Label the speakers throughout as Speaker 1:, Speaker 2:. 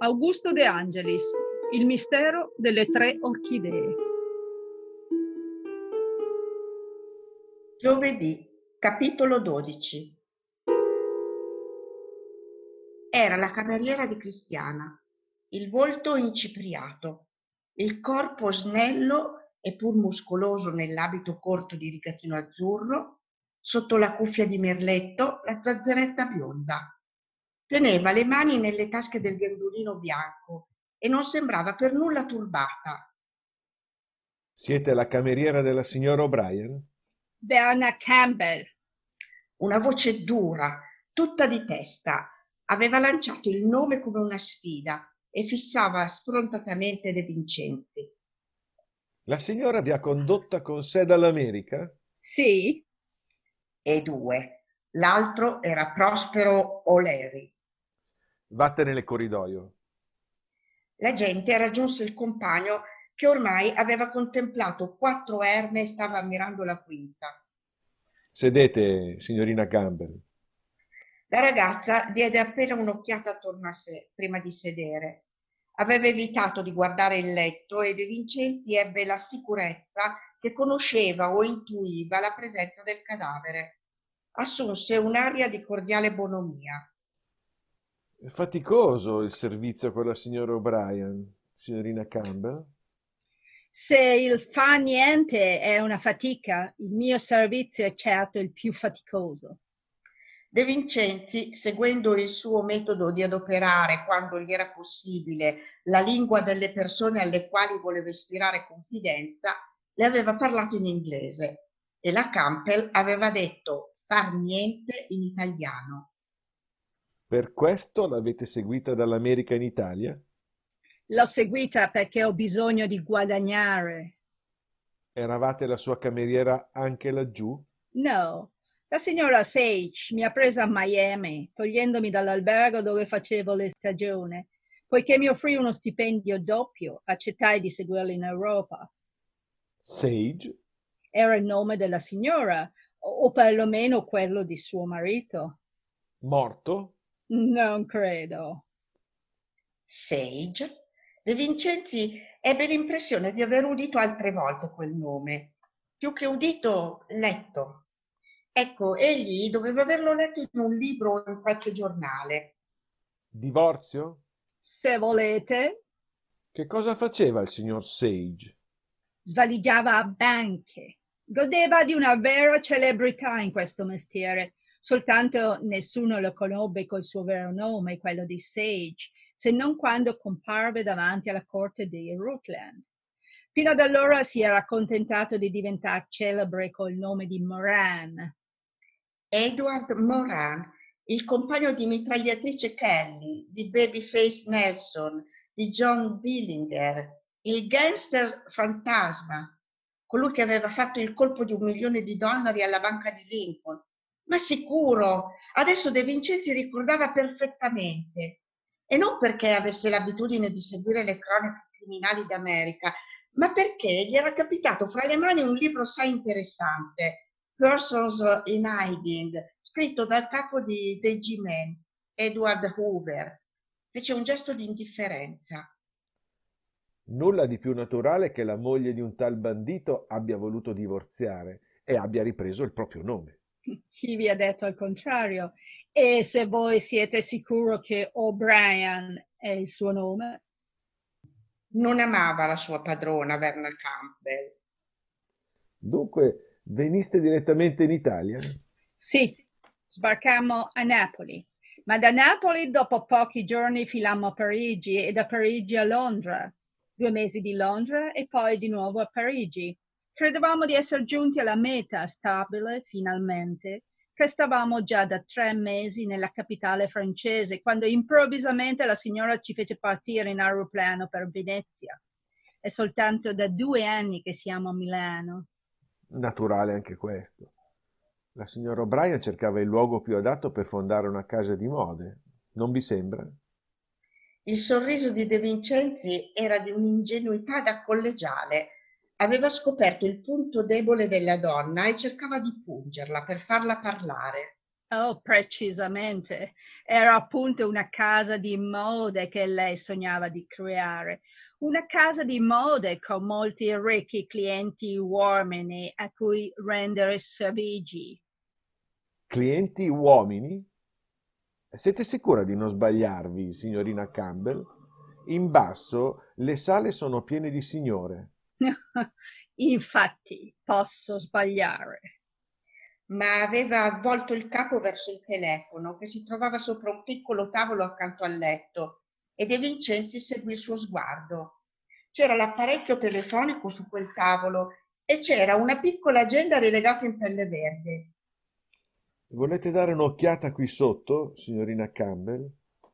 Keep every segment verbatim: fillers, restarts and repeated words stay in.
Speaker 1: Augusto De Angelis, il mistero delle tre orchidee.
Speaker 2: Giovedì, capitolo dodici. Era la cameriera di Cristiana, il volto incipriato, il corpo snello e pur muscoloso nell'abito corto di rigatino azzurro, sotto la cuffia di merletto la zazzeretta bionda. Teneva le mani nelle tasche del gandolino bianco e non sembrava per nulla turbata.
Speaker 3: Siete la cameriera della signora O'Brien?
Speaker 1: Verna Campbell.
Speaker 2: Una voce dura, tutta di testa, aveva lanciato il nome come una sfida e fissava sfrontatamente De Vincenzi.
Speaker 3: La signora vi ha condotta con sé dall'America?
Speaker 1: Sì.
Speaker 2: E due. L'altro era Prospero O'Leary.
Speaker 3: Vattene nel corridoio.
Speaker 2: La gente raggiunse il compagno che ormai aveva contemplato quattro erme e stava ammirando la quinta.
Speaker 3: Sedete, signorina Campbell.
Speaker 2: La ragazza diede appena un'occhiata attorno a sé prima di sedere. Aveva evitato di guardare il letto e De Vincenzi ebbe la sicurezza che conosceva o intuiva la presenza del cadavere. Assunse un'aria di cordiale bonomia.
Speaker 3: È faticoso il servizio con la signora O'Brien, signorina Campbell?
Speaker 1: Se il fa niente è una fatica, il mio servizio è certo il più faticoso.
Speaker 2: De Vincenzi, seguendo il suo metodo di adoperare, quando gli era possibile, la lingua delle persone alle quali voleva ispirare confidenza, le aveva parlato in inglese e la Campbell aveva detto far niente in italiano.
Speaker 3: Per questo l'avete seguita dall'America in Italia?
Speaker 1: L'ho seguita perché ho bisogno di guadagnare.
Speaker 3: Eravate la sua cameriera anche laggiù?
Speaker 1: No, la signora Sage mi ha presa a Miami, togliendomi dall'albergo dove facevo le stagioni. Poiché mi offrì uno stipendio doppio, accettai di seguirla in Europa.
Speaker 3: Sage?
Speaker 1: Era il nome della signora, o perlomeno quello di suo marito.
Speaker 3: Morto?
Speaker 1: Non credo.
Speaker 2: Sage? De Vincenzi ebbe l'impressione di aver udito altre volte quel nome. Più che udito, letto. Ecco, egli doveva averlo letto in un libro o in qualche giornale.
Speaker 3: Divorzio?
Speaker 1: Se volete.
Speaker 3: Che cosa faceva il signor Sage?
Speaker 1: Svaligiava a banche. Godeva di una vera celebrità in questo mestiere. Soltanto nessuno lo conobbe col suo vero nome, quello di Sage, se non quando comparve davanti alla corte di Rutland. Fino ad allora si era accontentato di diventare celebre col nome di Moran.
Speaker 2: Edward Moran, il compagno di mitragliatrice Kelly, di Babyface Nelson, di John Dillinger, il gangster fantasma, colui che aveva fatto il colpo di un milione di dollari alla banca di Lincoln. Ma sicuro, adesso De Vincenzi ricordava perfettamente, e non perché avesse l'abitudine di seguire le cronache criminali d'America, ma perché gli era capitato fra le mani un libro assai interessante, Persons in Hiding, scritto dal capo di, dei G-Men, Edward Hoover. Fece un gesto di indifferenza.
Speaker 3: Nulla di più naturale che la moglie di un tal bandito abbia voluto divorziare e abbia ripreso il proprio nome.
Speaker 1: Chi vi ha detto il contrario? E se voi siete sicuro che O'Brien è il suo nome?
Speaker 2: Non amava la sua padrona, Verna Campbell.
Speaker 3: Dunque, veniste direttamente in Italia?
Speaker 1: Sì, sbarcammo a Napoli, ma da Napoli dopo pochi giorni filammo a Parigi e da Parigi a Londra. Due mesi di Londra e poi di nuovo a Parigi. Credevamo di essere giunti alla meta stabile, finalmente, che stavamo già da tre mesi nella capitale francese, quando improvvisamente la signora ci fece partire in aeroplano per Venezia. È soltanto da due anni che siamo a Milano.
Speaker 3: Naturale anche questo. La signora O'Brien cercava il luogo più adatto per fondare una casa di mode, non vi sembra?
Speaker 2: Il sorriso di De Vincenzi era di un'ingenuità da collegiale. Aveva scoperto il punto debole della donna e cercava di pungerla per farla parlare.
Speaker 1: Oh, precisamente. Era appunto una casa di mode che lei sognava di creare. Una casa di mode con molti ricchi clienti uomini a cui rendere servigi.
Speaker 3: Clienti uomini? Siete sicura di non sbagliarvi, signorina Campbell? In basso le sale sono piene di signore.
Speaker 1: Infatti, posso sbagliare.
Speaker 2: Ma aveva volto il capo verso il telefono che si trovava sopra un piccolo tavolo accanto al letto e De Vincenzi seguì il suo sguardo. C'era l'apparecchio telefonico su quel tavolo e c'era una piccola agenda rilegata in pelle verde.
Speaker 3: Volete dare un'occhiata qui sotto, signorina Campbell?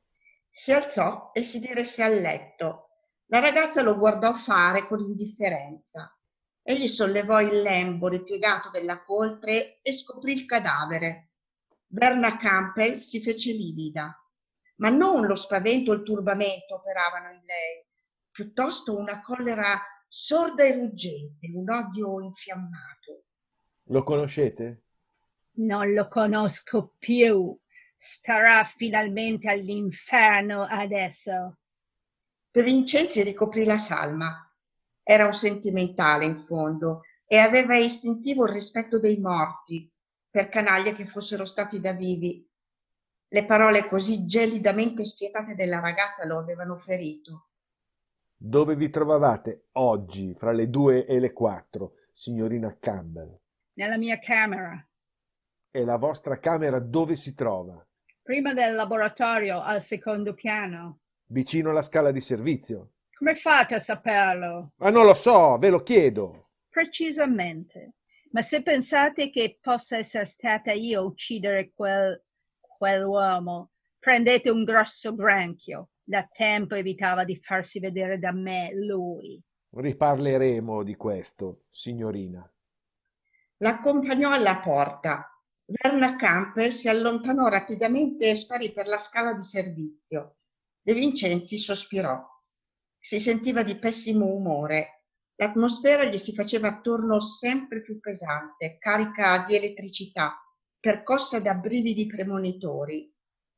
Speaker 2: Si alzò e si diresse al letto. La ragazza lo guardò fare con indifferenza. Egli sollevò il lembo ripiegato della coltre e scoprì il cadavere. Verna Campbell si fece livida, ma non lo spavento o il turbamento operavano in lei, piuttosto una collera sorda e ruggente, un odio infiammato.
Speaker 3: Lo conoscete?
Speaker 1: Non lo conosco più. Starà finalmente all'inferno adesso.
Speaker 2: De Vincenzi ricoprì la salma. Era un sentimentale in fondo e aveva istintivo il rispetto dei morti, per canaglia che fossero stati da vivi. Le parole così gelidamente spietate della ragazza lo avevano ferito.
Speaker 3: Dove vi trovavate oggi, fra le due e le quattro, signorina Campbell?
Speaker 1: Nella mia camera.
Speaker 3: E la vostra camera dove si trova?
Speaker 1: Prima del laboratorio, al secondo piano.
Speaker 3: Vicino alla scala di servizio?
Speaker 1: Come fate a saperlo?
Speaker 3: Ma non lo so, ve lo chiedo.
Speaker 1: Precisamente. Ma se pensate che possa essere stata io a uccidere quel, quell'uomo, prendete un grosso granchio. Da tempo evitava di farsi vedere da me lui.
Speaker 3: Riparleremo di questo, signorina.
Speaker 2: L'accompagnò alla porta. Verna Campbell si allontanò rapidamente e sparì per la scala di servizio. De Vincenzi sospirò. Si sentiva di pessimo umore. L'atmosfera gli si faceva attorno sempre più pesante, carica di elettricità, percossa da brividi premonitori.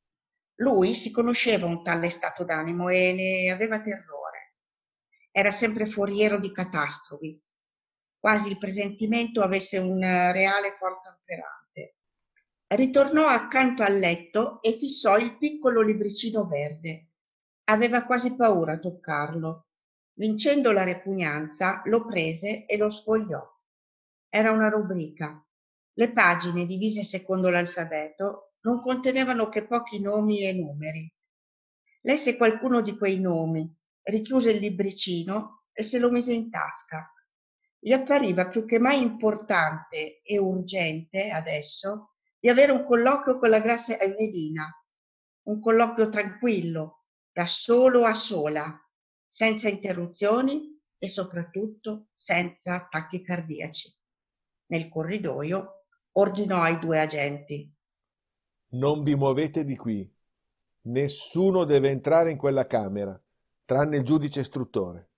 Speaker 2: Lui si conosceva un tale stato d'animo e ne aveva terrore. Era sempre foriero di catastrofi, quasi il presentimento avesse una reale forza operante. Ritornò accanto al letto e fissò il piccolo libricino verde. Aveva quasi paura a toccarlo. Vincendo la repugnanza, lo prese e lo sfogliò. Era una rubrica. Le pagine, divise secondo l'alfabeto, non contenevano che pochi nomi e numeri. Lesse qualcuno di quei nomi, richiuse il libricino e se lo mise in tasca. Gli appariva più che mai importante e urgente adesso di avere un colloquio con la Grazia Evelina, un colloquio tranquillo, da solo a sola, senza interruzioni e soprattutto senza attacchi cardiaci. Nel corridoio ordinò ai due agenti:
Speaker 3: Non vi muovete di qui. Nessuno deve entrare in quella camera, tranne il giudice istruttore.